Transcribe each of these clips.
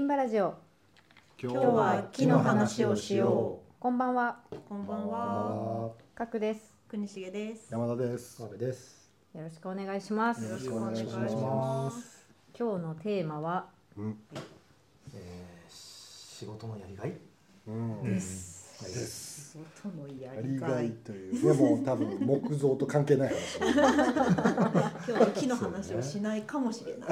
ンバラジオ。 今日は木の話をしよこんばんは。 こんばんは。 かくです。 国重です。 山田です。 川辺です。 よろしくお願いします。 よろしくお願いします。 今日のテーマは、 仕事のやりがい、 です。 です仕事のややりりがい。 がいというね、もう多分木造と関係ない話今日は木の話をしないかもしれない。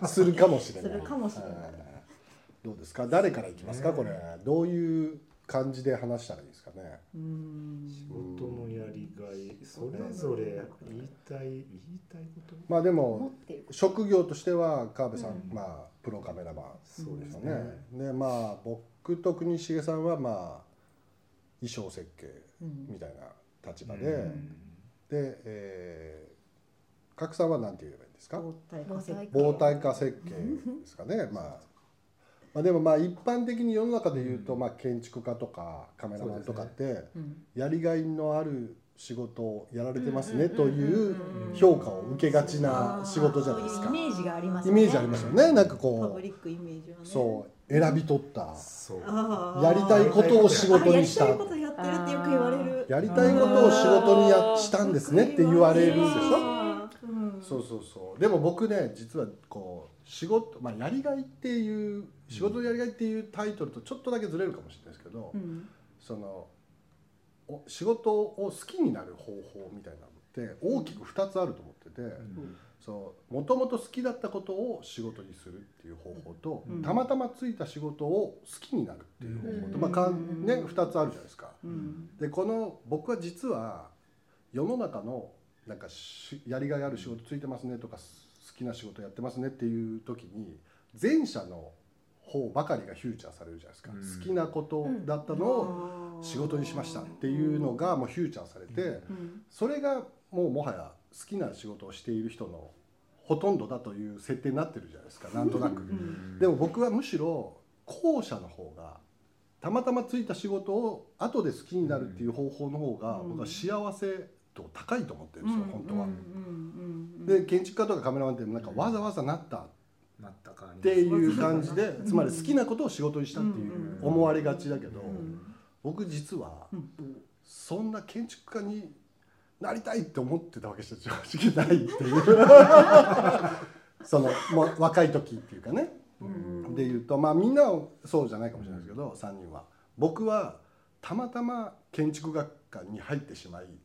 するかもしれない。 するかもしれない。 どうですか。誰からいきますか。これどういう感じで話したらいいですかね。 仕事のやりがい、それぞれ言いたいこと。 まあで持もっている職業としては川辺さん、まあプロカメラマンそうですね。でまあ僕と国重さんはまあ衣装設計みたいな立場で、で、賀来さんは何て言えばいいんですか。防体化設計ですかね。まあでもまあ一般的に世の中で言うと、まあ建築家とかカメラマンとかってやりがいのある仕事をやられてますねという評価を受けがちな仕事じゃないですか。 イメージがありますね。 イメージありますよね。なんかパこブリックイメージはね。 そう選び取ったそうやりたいことを仕事にしたやりたいことやってるってよく言われる。 やりたいことを仕事にしたんですねって言われるでしょ。そうでも僕ね実はこう仕事、まあ、やりがいっていう仕事のやりがいっていうタイトルとちょっとだけずれるかもしれないですけど、その仕事を好きになる方法みたいなのって大きく2つあると思ってて、もともと好きだったことを仕事にするっていう方法と、たまたまついた仕事を好きになるっていう方法と、まあね、2つあるじゃないですか。でこの僕は実は世の中のなんかやりがいある仕事ついてますねとか好きな仕事やってますねっていう時に前者の方ばかりがフューチャーされるじゃないですか。好きなことだったのを仕事にしましたっていうのがもうフューチャーされて、それがもはや好きな仕事をしている人のほとんどだという設定になってるじゃないですか、なんとなく。でも僕はむしろ後者の方がたまたまついた仕事を後で好きになるっていう方法の方が僕は幸せ度高いと思ってるんですよ、本当は。で建築家とかカメラマンってなんかわざわざなったっていう感じで、つまり好きなことを仕事にしたっていう思われがちだけど、僕実はそんな建築家になりたいって思ってたわけじゃ正直ないっていうそのもう若い時っていうかね、でいうとまあみんなはそうじゃないかもしれないですけど、3人は僕はたまたま建築学科に入ってしまい、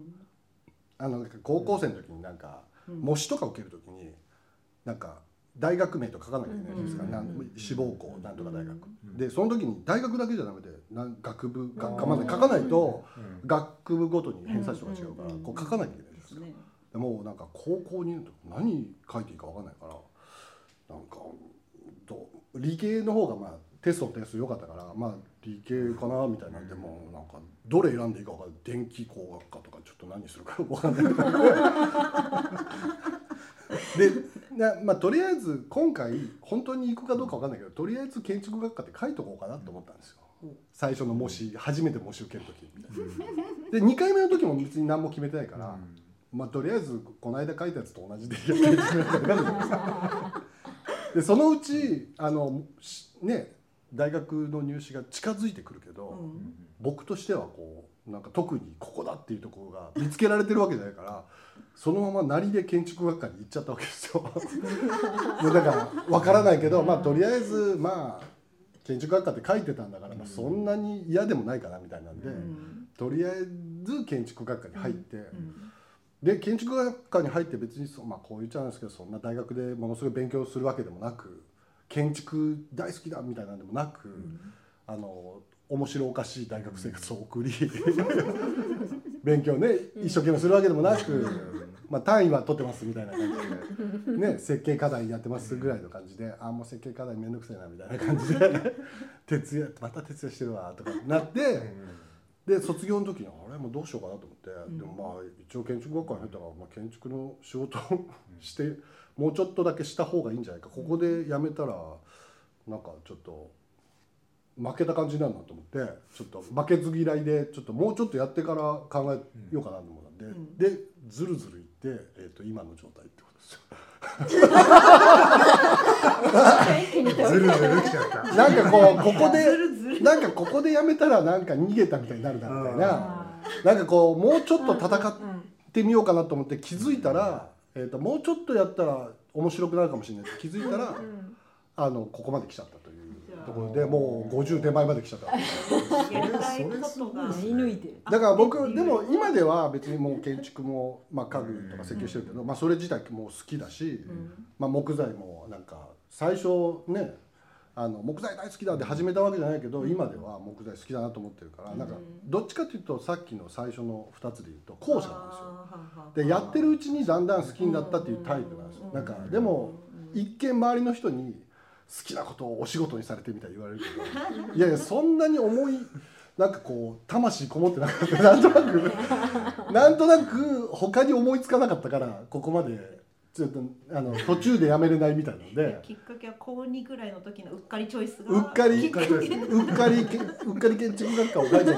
高校生の時になんか模試とか受ける時になんか大学名と書かなきゃいけないですから、志望校なんとか大学で、その時に大学だけじゃダメで学部学科まで書かないと学部ごとに偏差値とか違うからこう書かなきゃいけないですか。でもうなんか高校にいると何書いていいか分かんないから、なんか理系の方がまあテストの点数良かったから、まあ理系かなみたいなんで、もうなんかどれ選んでいいか分かんない、電気工学科とかちょっと何するか分かんないとかでまあとりあえず今回本当に行くかどうか分かんないけど、とりあえず建築学科って書いとこうかなと思ったんですよ、最初の模試初めて模試受ける時みたいな。で2回目の時も別に何も決めてないから、まあとりあえずこの間書いたやつと同じでやってみるかなるじゃないですか。でそのうちね大学の入試が近づいてくるけど、僕としてはこうなんか特にここだっていうところが見つけられてるわけじゃないから、そのままなりで建築学科に行っちゃったわけですよ。だから分からないけど、まあとりあえずまあ建築学科って書いてたんだから、まあ、そんなに嫌でもないかなみたいなんで、とりあえず建築学科に入って、で建築学科に入って別にまあこう言っちゃうんですけど、そんな大学でものすごい勉強するわけでもなく、建築大好きだみたいなんでもなく、面白おかしい大学生活を送り勉強ね一生懸命するわけでもなく、まあ単位は取ってますみたいな感じでね、設計課題やってますぐらいの感じで、もう設計課題めんどくさいなみたいな感じでまた徹夜してるわとかなって、で卒業の時にあれもうどうしようかなと思って、でもまあ一応建築学科に入ったから、まあ、建築の仕事をしてもうちょっとだけした方がいいんじゃないか、ここで辞めたらなんかちょっと負けた感じになるなと思って、ちょっと負けず嫌いでちょっともうちょっとやってから考えようかなと思ったんで、でずるずるいって、今の状態ってことですよ。 ずるずるきちゃった。 なんかこうここずでるずるなんかここでやめたらなんか逃げたみたいになるなみたいな、なんかこうもうちょっと戦ってみようかなと思って気づいたら、もうちょっとやったら面白くなるかもしれないって気づいたら、ここまで来ちゃったというところで、もう50手前まで来ちゃった。 やりたいことがやり抜いてる。 だから僕でも今では別にもう建築も、まあ、家具とか設計してるけど、まあ、それ自体もう好きだし、まあ、木材もなんか最初ね木材大好きだって始めたわけじゃないけど、今では木材好きだなと思ってるから、なんかどっちかというとさっきの最初の2つで言うと後者なんですよ。でやってるうちにだんだん好きになったっていうタイプなんですよ。なんかでも一見周りの人に好きなことをお仕事にされてみたいに言われるけど、いやいやそんなに重いなんかこう魂こもってなかった。なんとなく他に思いつかなかったからここまでちょっと途中でやめれないみたいなので。 きっかけは高2ぐらいの時のうっかりチョイスがうっかり建築学科を書いて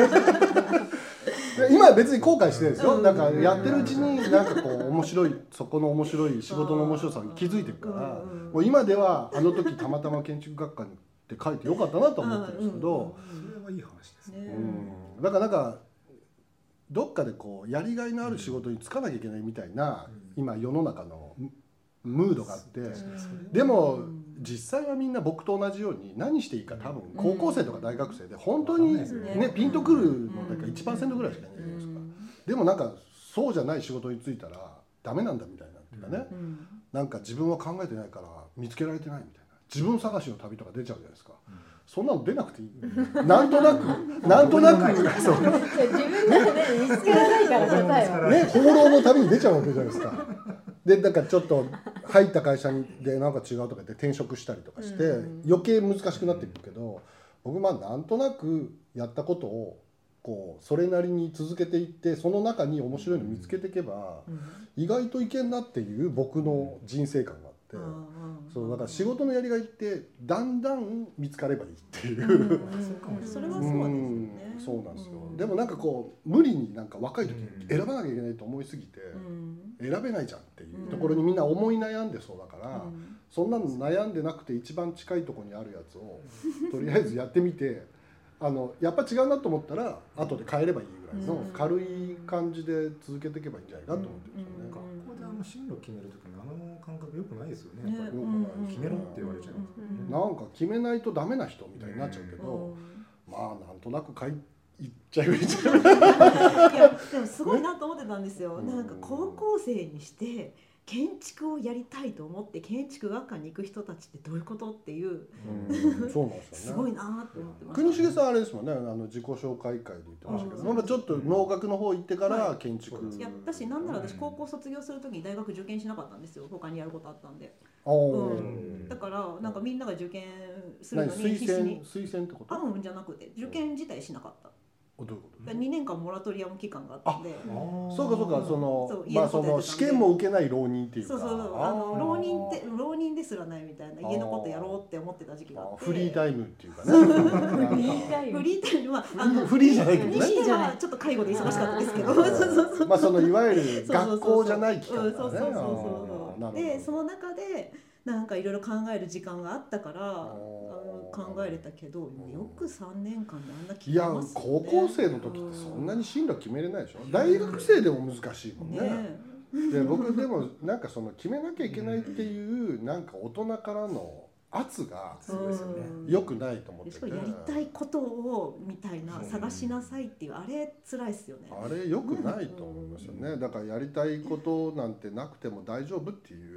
て今は別に後悔してるんですよ。なんかやってるうちになんかこう面白いそこの面白い仕事の面白さに気づいてるから、もう今ではあの時たまたま建築学科って書いてよかったなと思ってるんですけど、 それはいい話ですね。 だからなんかどっかでこうやりがいのある仕事に就かなきゃいけないみたいな今世の中のムードがあって、でも実際はみんな僕と同じように何していいか多分高校生とか大学生で本当にねピンとくるのだけ 1% ぐらいしかいないじゃないですか。でもなんかそうじゃない仕事に就いたらダメなんだみたいなっていうかね、なんか自分は考えてないから見つけられてないみたいな自分探しの旅とか出ちゃうじゃないですか。そんなの出なくていい。なんとなくそう自分で見つけられないから答えは。 ね放浪の旅に出ちゃうわけじゃないですか。でだからちょっと入った会社でなんか違うとか言って転職したりとかして余計難しくなってくるけど、僕まあなんとなくやったことをこうそれなりに続けていってその中に面白いの見つけていけば意外といけんなっていう僕の人生観があって、そうだから仕事のやりがいってだんだん見つかればいいっていう、 それはそうですよね。 そうなんですよ。でもなんかこう無理になんか若い時に選ばなきゃいけないと思いすぎて選べないじゃんっていうところにみんな思い悩んでそうだから、そんなの悩んでなくて一番近いところにあるやつをとりあえずやってみてやっぱ違うなと思ったら後で変えればいいぐらいの軽い感じで続けていけばいいんじゃないかと思ってるんですよね。 学校で進路決める時の感覚良くないですよね。やっぱり決めろって言われちゃいますね。 なんか決めないとダメな人みたいになっちゃうけど、まあなんとなくいっちゃえばいいじゃない。 いやでもすごいなと思ってたんですよ。なんか高校生にして建築をやりたいと思って建築学科に行く人たちってどういうことっていう、 そうなんですよね。 すごいなと思ってました。 国重さんあれですもんね、自己紹介会で言ってましたけど、まあちょっと農学の方行ってから建築、 いや私なんなら私高校卒業する時に大学受験しなかったんですよ。他にやることあったんで。だからなんかみんなが受験するのに必死に推薦ってこと？ じゃなくて受験自体しなかった。 どういうこと ？2年間モラトリアム期間があったんで。 そうかその試験も受けない浪人っていうか。 浪人ですらないみたいな家のことやろうって思ってた時期があって。 フリータイムっていうかね。 フリータイムはフリーじゃないけどね。 にしてはちょっと介護で忙しかったですけど。 まあそのいわゆる学校じゃない期間だね。 でその中でなんかいろいろ考える時間があったから考えれたけど、よく3年間であんな決めますよね。 いや高校生の時ってそんなに進路決めれないでしょ。大学生でも難しいもんね。で僕でもなんかその決めなきゃいけないっていうなんか大人からの圧が良くないと思ってて、 やりたいことをみたいな探しなさいっていうあれ辛いっすよね。 あれ良くないと思いますよね。だからやりたいことなんてなくても大丈夫っていう。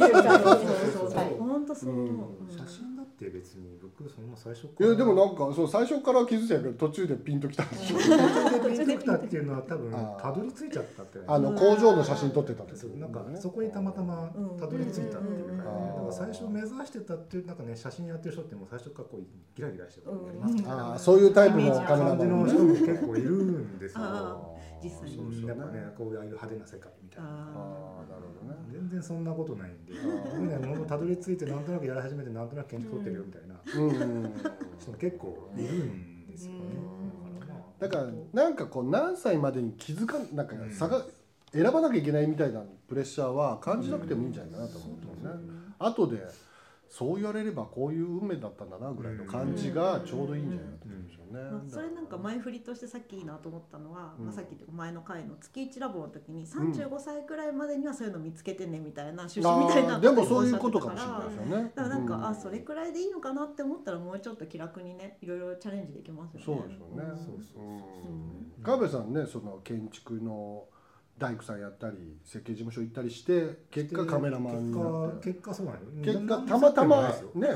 本当そう。 写真だって別に僕そんな最初から。いやでもなんか最初から気づいたけど途中でピンときたんでしょ。 途中でピンときたっていうのは多分たどり着いちゃったって。 工場の写真撮ってたんですよ。 なんかそこにたまたまたどり着いたっていうか、だから最初目指してたっていうなんかね写真やってる人ってもう最初からこうギラギラしてやりますから。 そういうタイプのカメラマンの人も結構いるんですよ。 実際にやっぱねこういう派手な世界みたいな。 なるほどね。 全然そんなことないんで、僕ねたどり着いてなんとなくやり始めてなんとなく建築撮ってるよみたいな人結構いるんですよね。 だからなんかこう何歳までに気づかなんか選ばなきゃいけないみたいなプレッシャーは感じなくてもいいんじゃないかなと思うんですね。後でそう言われればこういう運命だったんだなぐらいの感じがちょうどいいんじゃないかと思うんですよね。 それなんか前振りとしてさっきいいなと思ったのは、さっき前の回の月1ラボの時に35歳くらいまでにはそういうの見つけてねみたいな趣旨みたいなでもそういうことかもしれないですよね。 だからなんかそれくらいでいいのかなって思ったらもうちょっと気楽にねいろいろチャレンジできますよね。 そうですよね。川辺さんね、その建築の大工さんやったり設計事務所行ったりして結果カメラマンになって結果そうなのよ。 結果たまたまね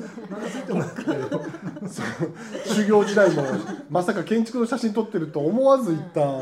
修行時代もまさか建築の写真撮ってると思わず行った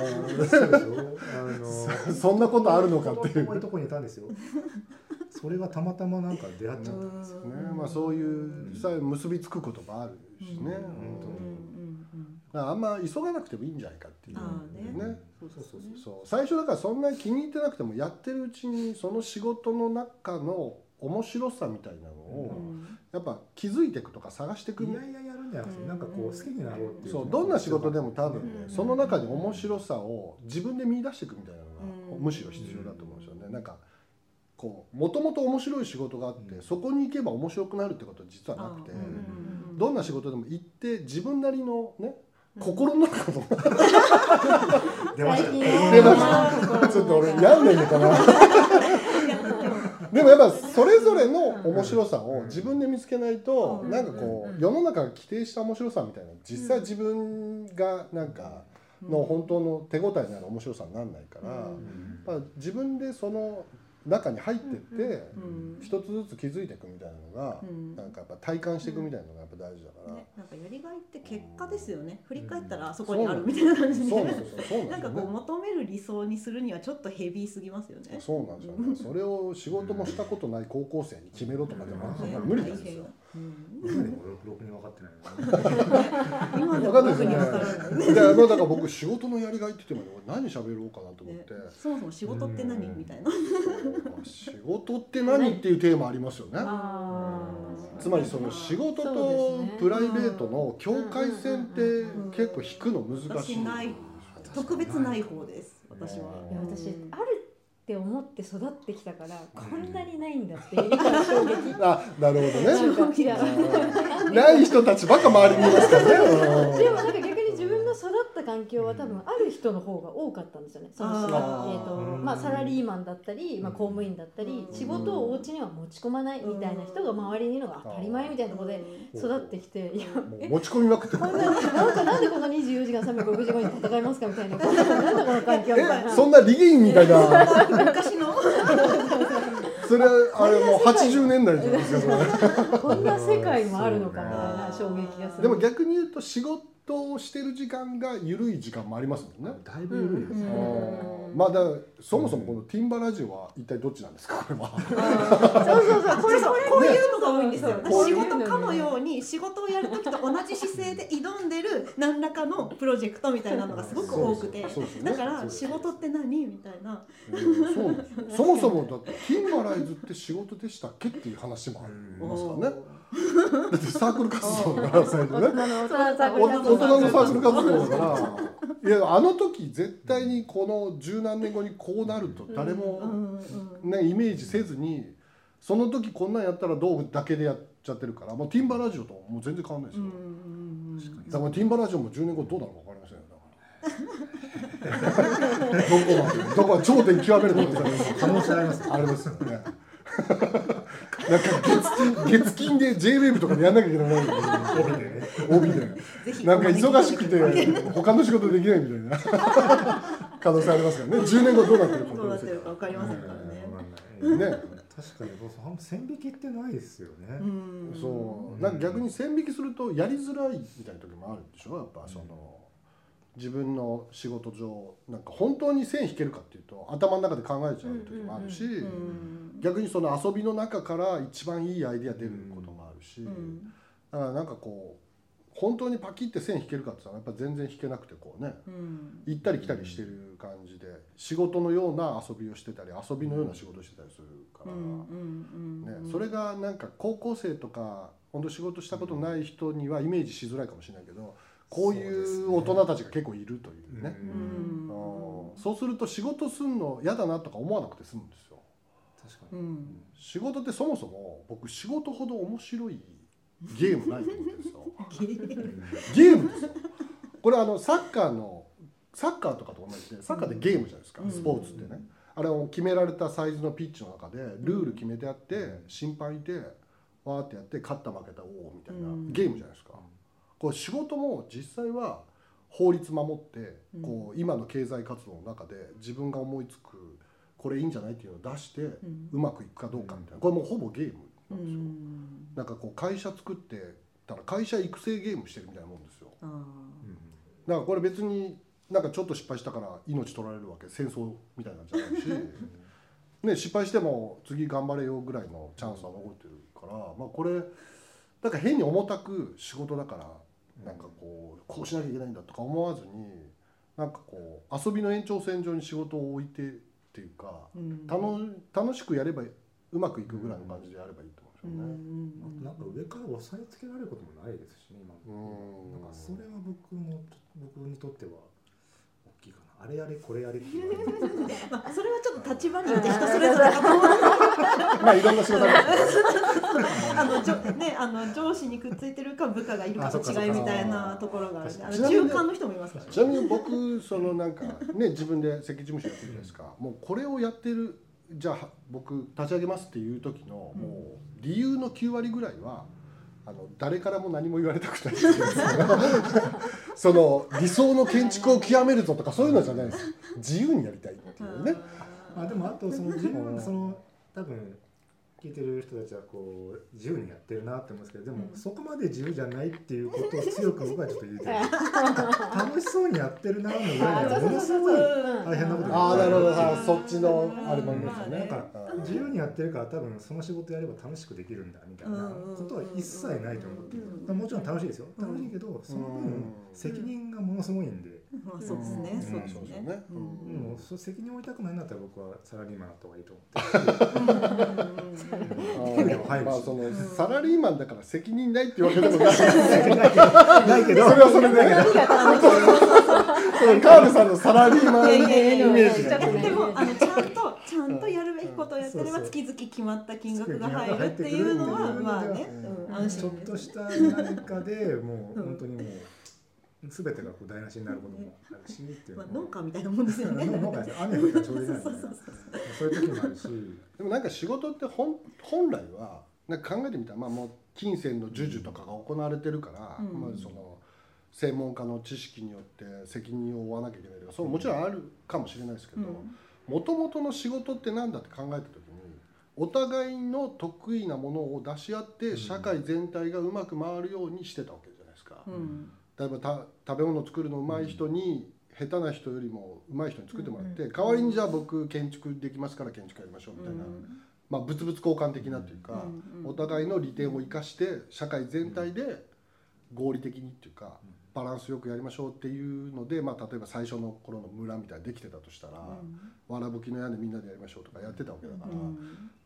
そんなことあるのかっていうこういうとこにいたんですよ。それがたまたまなんか出会っちゃったんですよね。まあそういうさ結びつくこともあるしね。あんま急がなくてもいいんじゃないかっていうね。最初だからそんなに気に入ってなくてもやってるうちにその仕事の中の面白さみたいなのをやっぱ気づいていくとか探していく。 いやいややるんじゃなくてなんかこう好きになろうっていう。 そう、どんな仕事でも多分ねその中に面白さを自分で見出していくみたいなのがむしろ必要だと思うんですよね。なんかこうもともと面白い仕事があってそこに行けば面白くなるってことは実はなくて、どんな仕事でも行って自分なりのね心の中の出ましたちょっと俺やんないのかなでもやっぱそれぞれの面白さを自分で見つけないとなんかこう世の中が規定した面白さみたいな実際自分がなんかの本当の手応えになる面白さにならないから自分でその中に入ってって一つずつ気づいていくみたいなのがなんかやっぱ体感していくみたいなのがやっぱ大事だから、 なんかやりがいって結果ですよね。振り返ったらそこにあるみたいな感じでなんかこう求める理想にするにはちょっとヘビーすぎますよね。 そうなんですよね。それを仕事もしたことない高校生に決めろとかでも無理ですよ。 今でもろくに分かってない。 今でも分かんないですね。だから僕仕事のやりがいって言っても何喋ろうかなと思って。 そもそも仕事って何みたいな。 仕事って何っていうテーマありますよね。つまりその仕事とプライベートの境界線って結構引くの難しい。 特別ない方です。私は。 いや私あるって思って育ってきたからこんなにないんだっていう衝撃。 あ、なるほどね。ない人たちばっか周りにいますからね。 でもなんか逆に自分の育った環境は多分ある人の方が多かったんですよね。そのまあサラリーマンだったり、まあ公務員だったり、仕事をお家には持ち込まないみたいな人が周りにいるのが当たり前みたいなところで育ってきて、いや持ち込みまくって。 なんでこの24時間365日戦いますかみたいな。なんだこの環境みたいな。 そんなリギンみたいな。 昔のそれあれもう80年代じゃないですか。 こんな世界もあるのかみたいな衝撃がする。 でも逆に言うと仕事をしてる時間が緩い時間もありますもんね。 だいぶ緩いですね。 まあだからそもそもこのティンバラジオは一体どっちなんですかこれは。 そうこういうのが多いんですよ。仕事かのように仕事をやるときと同じ姿勢で挑んでる何らかのプロジェクトみたいなのがすごく多くて、だから仕事って何みたいな。 そもそもだってティンバライズって仕事でしたっけっていう話もありますからね。だってサークル活動だから最初ね。大人のサークル活動だから、いやあの時絶対にこの十何年後にこうなると誰もねイメージせずに、その時こんなんやったらどうだけでやっちゃってるから、もうティンバラジオともう全然変わんないですよ。だからティンバラジオも10年後どうなるか分かりませんよ。どこが頂点極めると可能性あります。 ありますよね。なんか月金で J-WAVE とかでやんなきゃいけないのに帯でなんか忙しくて他の仕事できないみたいな可能性ありますからね。10年後どうなってるか分かりませんからね。ね、 確かに線引きってないですよね。 そうなんか逆に線引きするとやりづらいみたいな時もあるでしょ。やっぱその自分の仕事上なんか本当に線引けるかっていうと頭の中で考えちゃう時もあるし、逆にその遊びの中から一番いいアイデア出ることもあるし、だからなんかこう本当にパキって線引けるかって言ったらやっぱ全然引けなくてこうね、行ったり来たりしてる感じで仕事のような遊びをしてたり遊びのような仕事をしてたりするからね、それがなんか高校生とか本当仕事したことない人にはイメージしづらいかもしれないけど、こういう大人たちが結構いるというね。そうすると仕事するの嫌だなとか思わなくて済むんですよ。 確かに、 仕事ってそもそも僕仕事ほど面白いゲームないと思ってるんですよゲームですよ。これサッカーとかと同じで、サッカーってゲームじゃないですか、スポーツってね。あれを決められたサイズのピッチの中でルール決めてあって審判いてわーってやって勝った負けたおおみたいなゲームじゃないですか。こう仕事も実際は法律守ってこう今の経済活動の中で自分が思いつくこれいいんじゃないっていうのを出してうまくいくかどうかみたいな、これもうほぼゲームなんですよ。なんかこう会社作ってたら会社育成ゲームしてるみたいなもんですよ。だからこれ別になんかちょっと失敗したから命取られるわけ、戦争みたいなんじゃないしね、失敗しても次頑張れよぐらいのチャンスは残ってるから、まあこれなんか変に重たく仕事だからなんかこうしなきゃいけないんだとか思わずに、なんかこう遊びの延長線上に仕事を置いてっていうか、楽しくやればうまくいくぐらいの感じでやればいいと思うんですよね。 なんか上から押さえつけられることもないですしね、今なんかそれは僕にとっては大きいかな。あれやれこれやれって言われるまあそれはちょっと立場によって人それぞれだと思うまあいろんな仕事あるんです上司にくっついてるか部下がいるかと違いみたいなところがあるし、中間の人もいますからね。 ちなみに僕そのなんかね自分で設計事務所やってるじゃないですか。もうこれをやってる、じゃあ僕立ち上げますっていう時のもう理由の9割ぐらいは誰からも何も言われたくないその理想の建築を極めるぞとかそういうのじゃないです。自由にやりたいっていうね。 でもあとその自分その多分聞いてる人たちはこう自由にやってるなって思うんですけど、でもそこまで自由じゃないっていうことを強く僕はちょっと言いたい楽しそうにやってるなの裏にはものすごい大変なことなるほど、そっちのあれもありますよね。 なんか自由にやってるから多分その仕事やれば楽しくできるんだみたいなことは一切ないと思ってる。もちろん楽しいですよ、楽しいけどその分責任がものすごいんで。 そうですね、そうですね。 もう責任を負いたくないんだったら僕はサラリーマンだった方がいいと思ってまあそのサラリーマンだから責任ないってわけでもないけど、 それはそれだけどカールさんのサラリーマンイメージでもちゃんとやるべきことをやってれば月々決まった金額が入るっていうのはまあね、 ちょっとした何かでもう本当にもう全てがこう台無しになることもあるしっていうのは、 農家みたいなもんですよね。 農家です。雨降ったらちょうどいいじゃないですか。そういう時もあるし、 でもなんか仕事って本来はなんか考えてみたら、まあもう金銭の授受とかが行われてるから、まあその専門家の知識によって責任を負わなきゃいけないとか、それもちろんあるかもしれないですけど、もともとの仕事ってなんだって考えた時に、お互いの得意なものを出し合って社会全体がうまく回るようにしてたわけじゃないですか。例えば食べ物を作るのうまい人に下手な人よりもうまい人に作ってもらって、代わりにじゃあ僕建築できますから建築やりましょうみたいな、まあ物々交換的なというか、お互いの利点を生かして社会全体で合理的にっていうかバランスよくやりましょうっていうので、まあ例えば最初の頃の村みたいにできてたとしたら、わらぶきの屋根みんなでやりましょうとかやってたわけだから、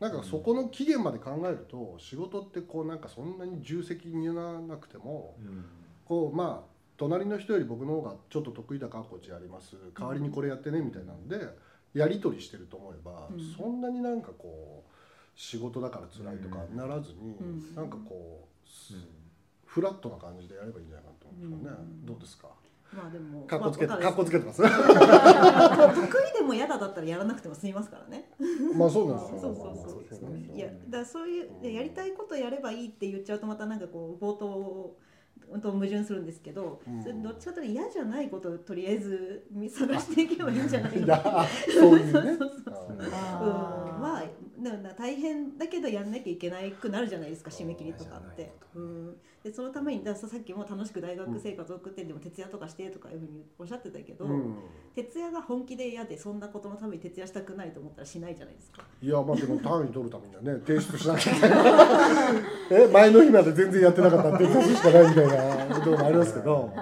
なんかそこの期限まで考えると仕事ってこうなんかそんなに重責に担わなくても、こうまあ隣の人より僕の方がちょっと得意だからこっちやります、代わりにこれやってねみたいなのでやり取りしてると思えば、そんなになんかこう仕事だから辛いとかならずに、なんかこうフラットな感じでやればいいんじゃないかと思うんですよね。どうですか？ まあでもかっこつけてます。 得意でも嫌だったらやらなくても済みますからね。 まあそうなんですよ。 そういやだからそういうやりたいことやればいいって言っちゃうとまたなんかこう冒頭と矛盾するんですけど、それどっちかというと嫌じゃないことをとりあえず探していけばいいんじゃないかな。 そういうね。 まあ大変だけどやんなきゃいけなくなるじゃないですか、締め切りとかって。でそのためにさっきも楽しく大学生活を送ってでも徹夜とかしてとかいうふうにおっしゃってたけど、徹夜が本気で嫌でそんなことのために徹夜したくないと思ったらしないじゃないですか。 いやまあでも単位取るためにはね提出しなきゃいけない前の日まで全然やってなかったら提出しかないみたいなこともありますけど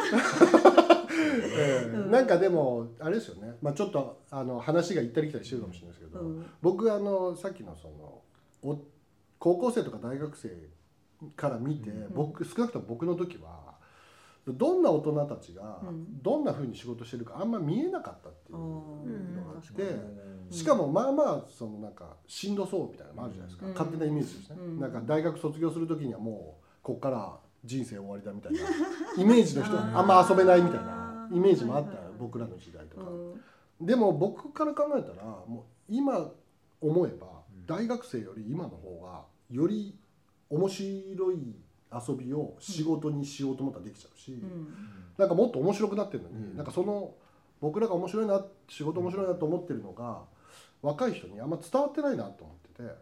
なんかでもあれですよね、まあ、ちょっと話が行ったり来たりしてるかもしれないですけど、僕さっきのその高校生とか大学生から見て、少なくとも僕の時はどんな大人たちがどんな風に仕事してるかあんま見えなかったっていうのがあって、しかもまあまあそのなんかしんどそうみたいなのもあるじゃないですか、勝手なイメージですね、なんか大学卒業する時にはもうこっから人生終わりだみたいなイメージの人あんま遊べないみたいなイメージもあった僕らの時代とか、でも僕から考えたらもう今思えば大学生より今の方がより面白い遊びを仕事にしようと思ったらできちゃうし、なんかもっと面白くなってるのに、なんかその僕らが面白いな仕事面白いなと思ってるのが若い人にあんま伝わってないなと思ってて、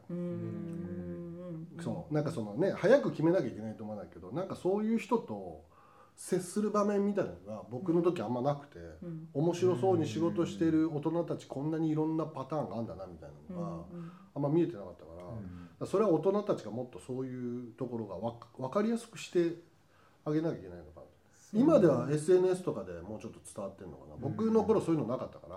そうなんかそのね早く決めなきゃいけないと思わないけど、なんかそういう人と接する場面みたいなのが僕の時あんまなくて、面白そうに仕事してる大人たちこんなにいろんなパターンがあるんだなみたいなのがあんま見えてなかったから、それは大人たちがもっとそういうところが分かりやすくしてあげなきゃいけないのかな。今では SNS とかでもうちょっと伝わってるのかな。僕の頃そういうのなかったから、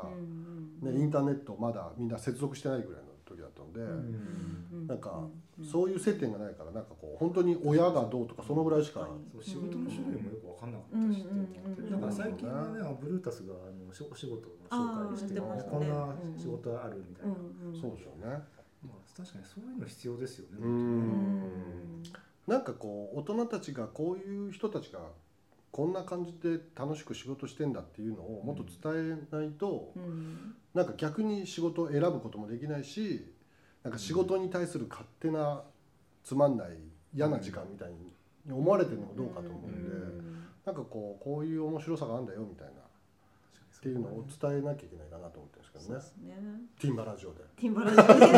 ね、インターネットまだみんな接続してないぐらいの時だったので、なんかそういう接点がないから、なんかこう本当に親がどうとかそのぐらいしか、 そう仕事の種類もよく分かんなかったし、だから最近はねブルータスがお仕事の紹介して、こんな仕事あるみたいな、 そうですよね。 まあ確かにそういうの必要ですよね。 なんかこう大人たちがこういう人たちがこんな感じで楽しく仕事してんだっていうのをもっと伝えないと、なんか逆に仕事を選ぶこともできないし、なんか仕事に対する勝手なつまんない嫌な時間みたいに思われてるのもどうかと思うんで、なんかこういう面白さがあるんだよみたいなっていうのを伝えなきゃいけないかなと思ってるんですけどね。ティンバラジオでティンバラ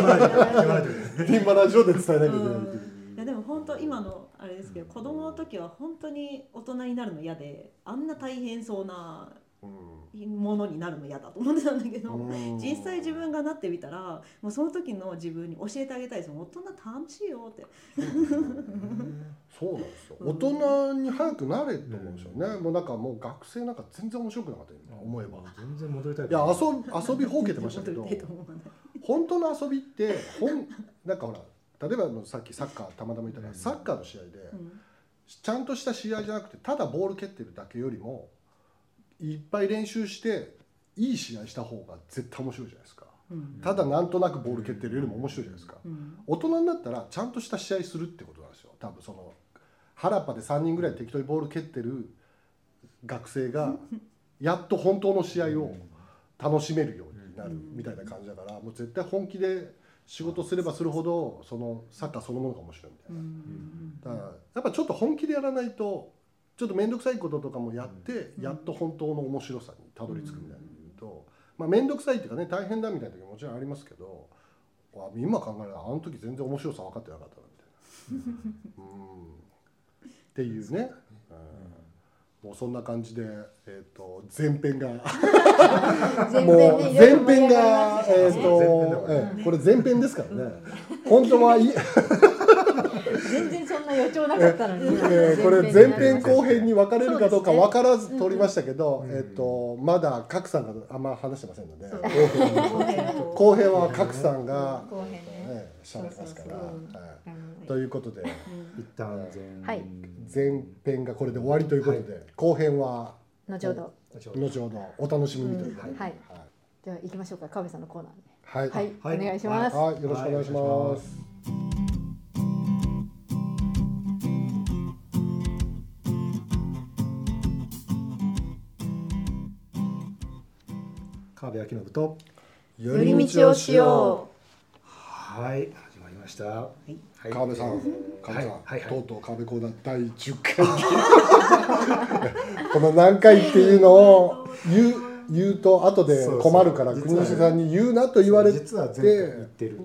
ジオで伝えなきゃいけないっていう。 いやでも本当今のあれですけど、子供の時は本当に大人になるの嫌で、あんな大変そうなものになるの嫌だと思ってたんだけど、実際自分がなってみたらもうその時の自分に教えてあげたいです。大人楽しいよって。 そうなんですよ。大人に早くなれと思うんですよね。もうなんかもう学生なんか全然面白くなかった今思えば。 全然戻りたい。 いや遊びほうけてましたけど、本当の遊びってなんかほら。例えばさっきサッカーたまたま言ったら、サッカーの試合でちゃんとした試合じゃなくてただボール蹴ってるだけよりもいっぱい練習していい試合した方が絶対面白いじゃないですか、ただなんとなくボール蹴ってるよりも面白いじゃないですか、大人になったらちゃんとした試合するってことなんですよ。多分その原っぱで3人ぐらい適当にボール蹴ってる学生がやっと本当の試合を楽しめるようになるみたいな感じだから、もう絶対本気で仕事すればするほどそのサッカーそのものが面白いみたいな。だからやっぱちょっと本気でやらないと、ちょっと面倒くさいこととかもやってやっと本当の面白さにたどり着くみたいなの言うと、まあ面倒くさいっていうかね大変だみたいな時ももちろんありますけど、今考えればあの時全然面白さ分かってなかったなみたいなっていうね。もうそんな感じで、前編がもう前編がこれ前編ですからね。本当は全然そんな予兆なかったのに、 これ前編後編に分かれるかどうか分からず撮りましたけど、まだ賀来さんがあんま話してませんので、後編は賀来さんが喋りますから。ということで一旦前編がこれで終わりということで、後編は後ほどお楽しみにということで、 では行きましょうか。川辺さんのコーナーで、 はい、お願いします。 よろしくお願いします。 川辺明信と寄り道をしよう。はい、始まりました。 川辺さん、とうとう川辺コーナー第10回この何回っていうのを言うと後で困るから国吉さんに言うなと言われて、 実は前回言ってる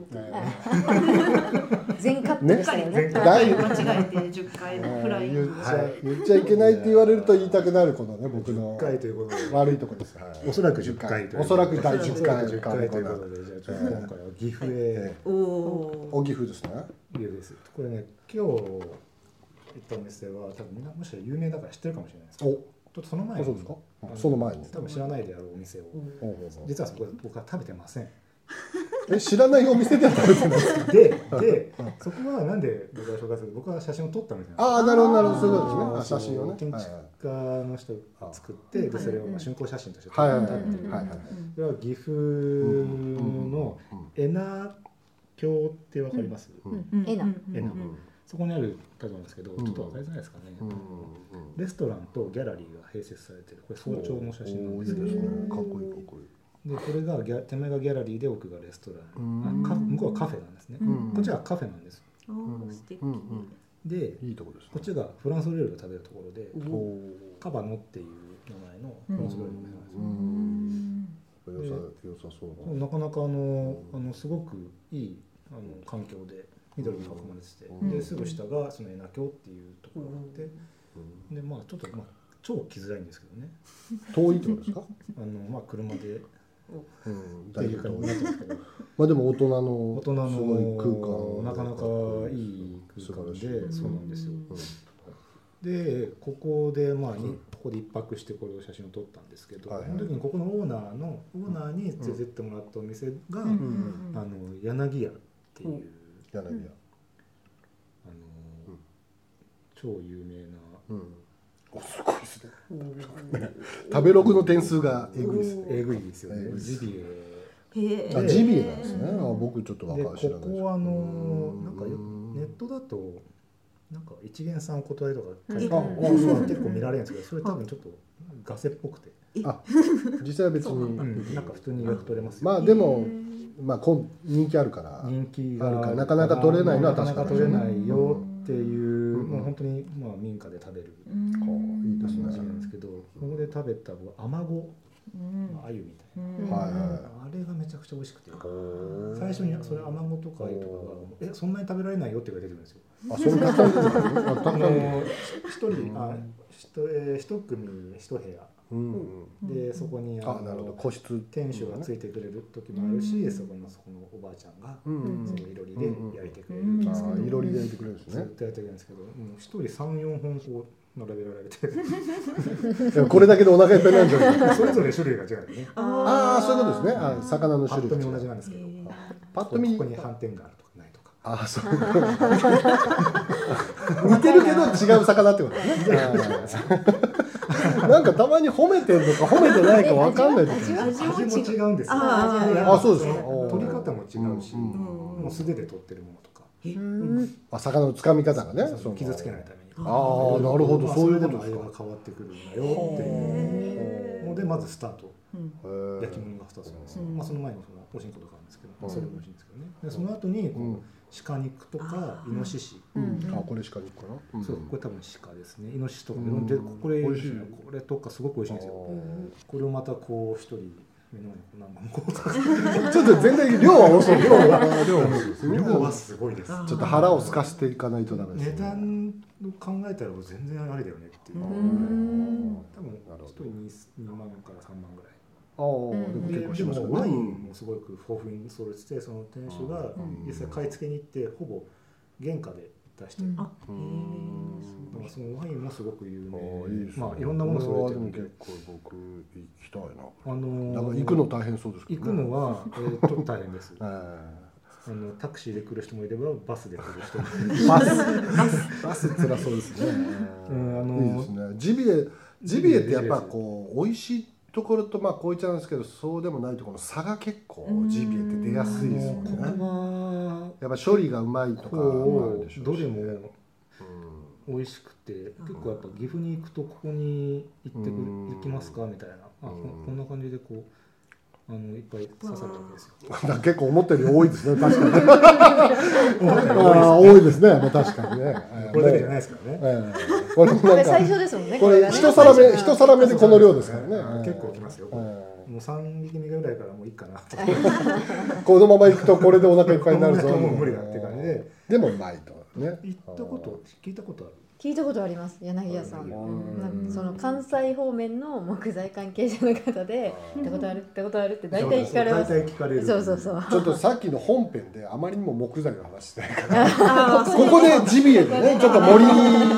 全カットでしたよね。 間違えて10回のフライ言っちゃいけないって言われると言いたくなるこのね、僕の悪いところです。 おそらく10回という、 おそらく第10回ということで、じゃあ今回は岐阜へ。 お岐阜ですね。 岐阜です。これね、今日行ったお店は多分みんなもしかしたら有名だから知ってるかもしれないですけど、その前に多分知らないであろうお店を、実はそこで僕は食べてません。 知らないお店では食べてないですか。 でそこはなんで僕が紹介する僕は写真を撮ったみたいな。 ああ、なるほどなるほど、そういうことですね。写真をね、 建築家の人が作ってでそれを竣工写真として撮はいはいったっていう。 はいはい。 これは岐阜の恵那峡ってわかります？ 恵那そこにある建物なんですけど、ちょっとわかりづらいですかね。レストランとギャラリーが併設されてる。これ早朝の写真なんですけど、 かっこいいかっこいい。 でこれが手前がギャラリーで奥がレストラン、向こうはカフェなんですね。こっちはカフェなんです。 素敵。 でいいとこですね。 こっちがフランス料理を食べるところで、カバノっていう名前のフランス料理のお店なんですよ。 良さそうなかなかすごくいい環境で緑に囲まれてて、ですぐ下がその恵那峡っていうところがあって、でまあちょっと超来づらいんですけどね。 遠いってことですか？ 車で。 だいぶ遠い。 まあでも大人のすごい空間、 なかなかいい空間で、そうなんですよ。でここでここで一泊してこれを写真を撮ったんですけど、その時にここのオーナーに連れてってもらったお店が柳屋っていう超有名な。 すごいですね。食べログの点数がえぐいですね。 えぐいですよね。ジビエ。 ジビエなんですね。僕ちょっと分か知らないです。 ここはなんかネットだとなんか一元さんお断りとか書いてある結構見られるんですけど、それ多分ちょっとガセっぽくて。 実際は別になんか普通に予約取れますよ。 まあでも人気あるからなかなか取れないのは確かに取れないよっていうもう本当に民家で食べるいいですね。 なんですけど、ここで食べたアマゴ、アユみたいな、あれがめちゃくちゃ美味しくて、最初にそれアマゴとかアユとかがそんなに食べられないよって言われてるんですよ。 そんな感じですか？ 一組一部屋でそこに個室店主がついてくれる時もあるし、そこのおばあちゃんがそのいろりで焼いてくれるんですけど、 いろりで焼いてくれるんですね。 ずっと焼いてくれるんですけど、一人3、4本こう並べられてこれだけでお腹いっぱいになるんじゃないですか。 それぞれ種類が違うね。 そういうことですね。魚の種類パッと見同じなんですけど、 パッと見ここに斑点があるとかないとか。 そう似てるけど違う魚ってことですね。なんかたまに褒めてるのか褒めてないか分かんない時味も違うんですよ。 そうですか。 取り方も違うし、もう素手で取ってるものとか。 魚のつかみ方がね、 傷つけないために。 なるほど、そういうことですか。味が変わってくるんだよっていうのでまずスタート。焼き物が2つなんです。その前におしんことかあるんですけど、それも美味しいんですけどね。でその後に鹿肉とかイノシシ。 これ鹿肉かな。 そう、これ多分鹿ですね。イノシシとかでこれとかすごく美味しいんですよ。これをまたこう一人目の前に何万個ちょっと全然量は多そう。 量はすごいです。 ちょっと腹を空かしていかないとダメです。 値段を考えたら全然あれだよねっていう。多分一人2万から3万ぐらい。でもワインもすごく豊富に揃えてて、その店主が実際買い付けに行ってほぼ原価で出してる。だからそのワインもすごく有名。いろんなもの揃えてるんで。 結構僕行きたいな。なんか行くの大変そうですけど。 行くのはちょっと大変です。タクシーで来る人もいればバスで来る人もいる。 バス辛そうですね。いいですね。ジビエってやっぱこう美味しいところとこういっちゃうんですけど、そうでもないところの差が結構ジビエって出やすいですよね。やっぱ処理がうまいとかもあるでしょうし、 どれも美味しくて、結構やっぱ岐阜に行くとここに行きますかみたいな、こんな感じでこういっぱい刺さったわけですよ。 結構思ったより多いですね。確かに。多いですね。確かにね。 これだけじゃないですからね。 これ最初ですもんね。 これ一皿目でこの量ですからね。 結構きますよ。もう3匹目ぐらいからもういいかなと。 このまま行くとこれでお腹いっぱいになるぞ。 もう無理だって感じで。 でもうまいとね。 聞いたことある。 聞いたことあります。柳屋さん。その関西方面の木材関係者の方で行ったことあるって大体聞かれます。 大体聞かれる。 そう。 ちょっとさっきの本編であまりにも木材の話してないから、ここでジビエでねちょっと盛り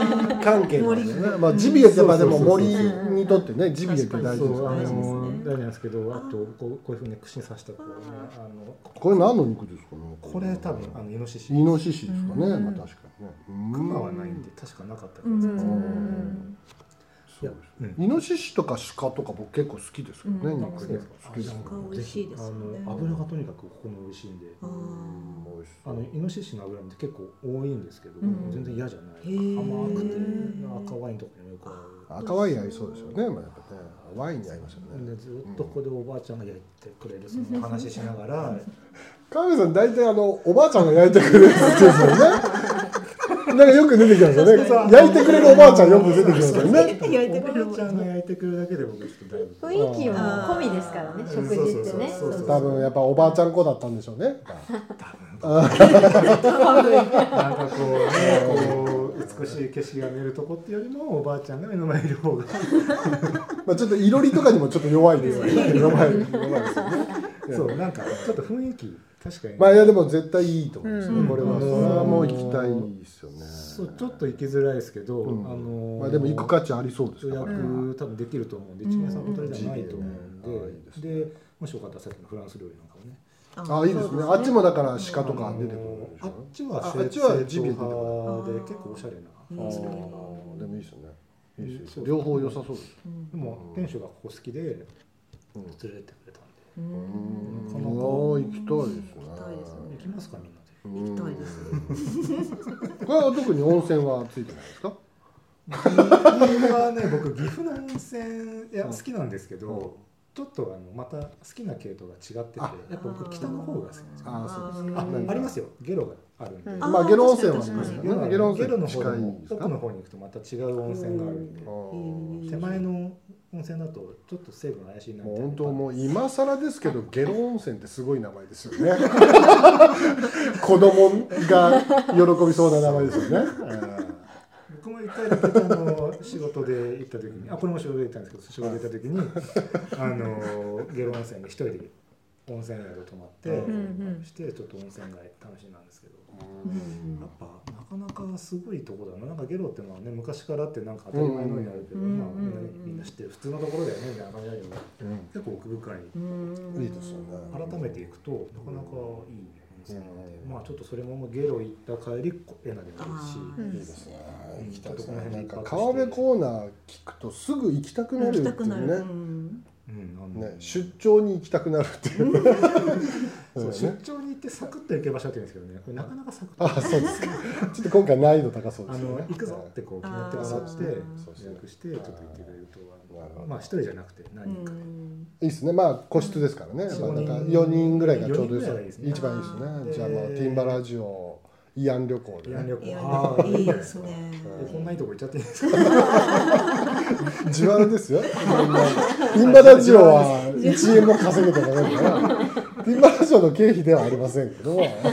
関係なんですね。まあジビエってでも森にとってね、ジビエって大事ですからね。 大事なんですけど、あとこういうふうに串に刺したこれ何の肉ですかね。 これ多分イノシシ。 イノシシですかね。まあ確かにね。 クマはないんで確かなかったんですけど。 そうです。イノシシとか鹿とか僕結構好きですけどね。肉ね。 好きです。美味しいですよね。 油がとにかくここの美味しいんで。イノシシの油って結構多いんですけど、全然嫌じゃない。甘くて赤ワインとかにもよく合う。 赤ワイン合いそうですよね。まあやっぱね、ワインに合いますよね。 でずっとここでおばあちゃんが焼いてくれるその話しながら。 川辺さん大体おばあちゃんが焼いてくれるって言うんですよね。なんかよく出てきますよね。焼いてくれるおばあちゃんよく出てきますよね。 おばあちゃんが焼いてくれるだけで僕ちょっとだいぶ雰囲気も込みですからね、食事ってね。 多分やっぱおばあちゃん子だったんでしょうね。 なんかこう美しい景色が見えるとこっていうよりもおばあちゃんが目の前にいる方がまあちょっといろりとかにもちょっと弱いですよね。弱いですよね。 そうなんかちょっと雰囲気確かに。 まあいやでも絶対いいと思うんですね。これはそれはもう行きたいですよね。 そうちょっと行きづらいですけど、 まあでも行く価値ありそうです。 予約多分できると思うんで、一元さんホテルじゃないと思うんで、でもしよかったらさっきのフランス料理なんかもね。 あいいですね。あっちもだから鹿とか出てくる。 あっちはジビエで結構おしゃれなフランス料理。 でもいいですね。両方良さそうです。 でも店主がここ好きで連れてってくれたんで。 行きたいですね。 行きますかみんなで。 行きたいです。 これは特に温泉はついてないですか？ 岐阜はね、僕岐阜の温泉好きなんですけど、ちょっとまた好きな系統が違ってて、やっぱ僕北の方が好きなんですよ。ありますよ。ゲロがあるんで。 まあゲロ温泉はありますよね。 ゲロの方でも奥の方に行くとまた違う温泉があるんで、手前の温泉だとちょっび成分怪しいなみたいな。 本当もう今更ですけどゲロ温泉ってすごい名前ですよね。子供が喜びそうな名前ですよね。 僕も一回だけ仕事で行った時に、これも仕事で行ったんですけど、仕事で行った時にゲロ温泉で一人で温泉宿泊まってしてちょっと温泉街楽しいなんですけど、やっぱなかなかすごいとこだな。なんかゲロってのはね昔からあってなんか当たり前のようにあるけど、まあみんな知ってる普通のところだよねみたいな感じだけど、結構奥深い。 いいですよね。 改めていくとなかなかいい温泉なので、まあちょっとそれもゲロ行った帰りエナでもいいし、 いいですね。行きたいですね。 なんか川辺コーナー聞くとすぐ行きたくなるっていうね。出張に行きたくなるっていう。 出張に行ってサクッと行けばしゃって言うんですけどね、これなかなかサクッと。 そうですか。ちょっと今回難易度高そうですね。 行くぞってこう決めてもらって予約してちょっと行ってくれると、まあ一人じゃなくて何人かで。 いいですね。まあ個室ですからね。なんか4人ぐらいがちょうど一番いいですね。じゃあもうティンバラジオ慰安旅行で。 いいですね。 こんないいとこ行っちゃっていいですか？ 自腹ですよ。ティンバラジオは1円も稼げてないから、ティンバラジオの経費ではありませんけど、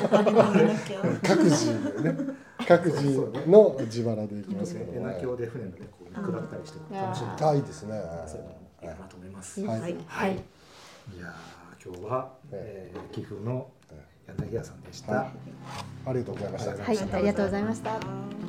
各自の自腹で行きますけど。 エナ橋で船のねこう下ったりして楽しんで。 いいですね。 いいかなと思います。 はい。 いや今日は岐阜の柳屋さんでした。 ありがとうございました。 はい、ありがとうございました。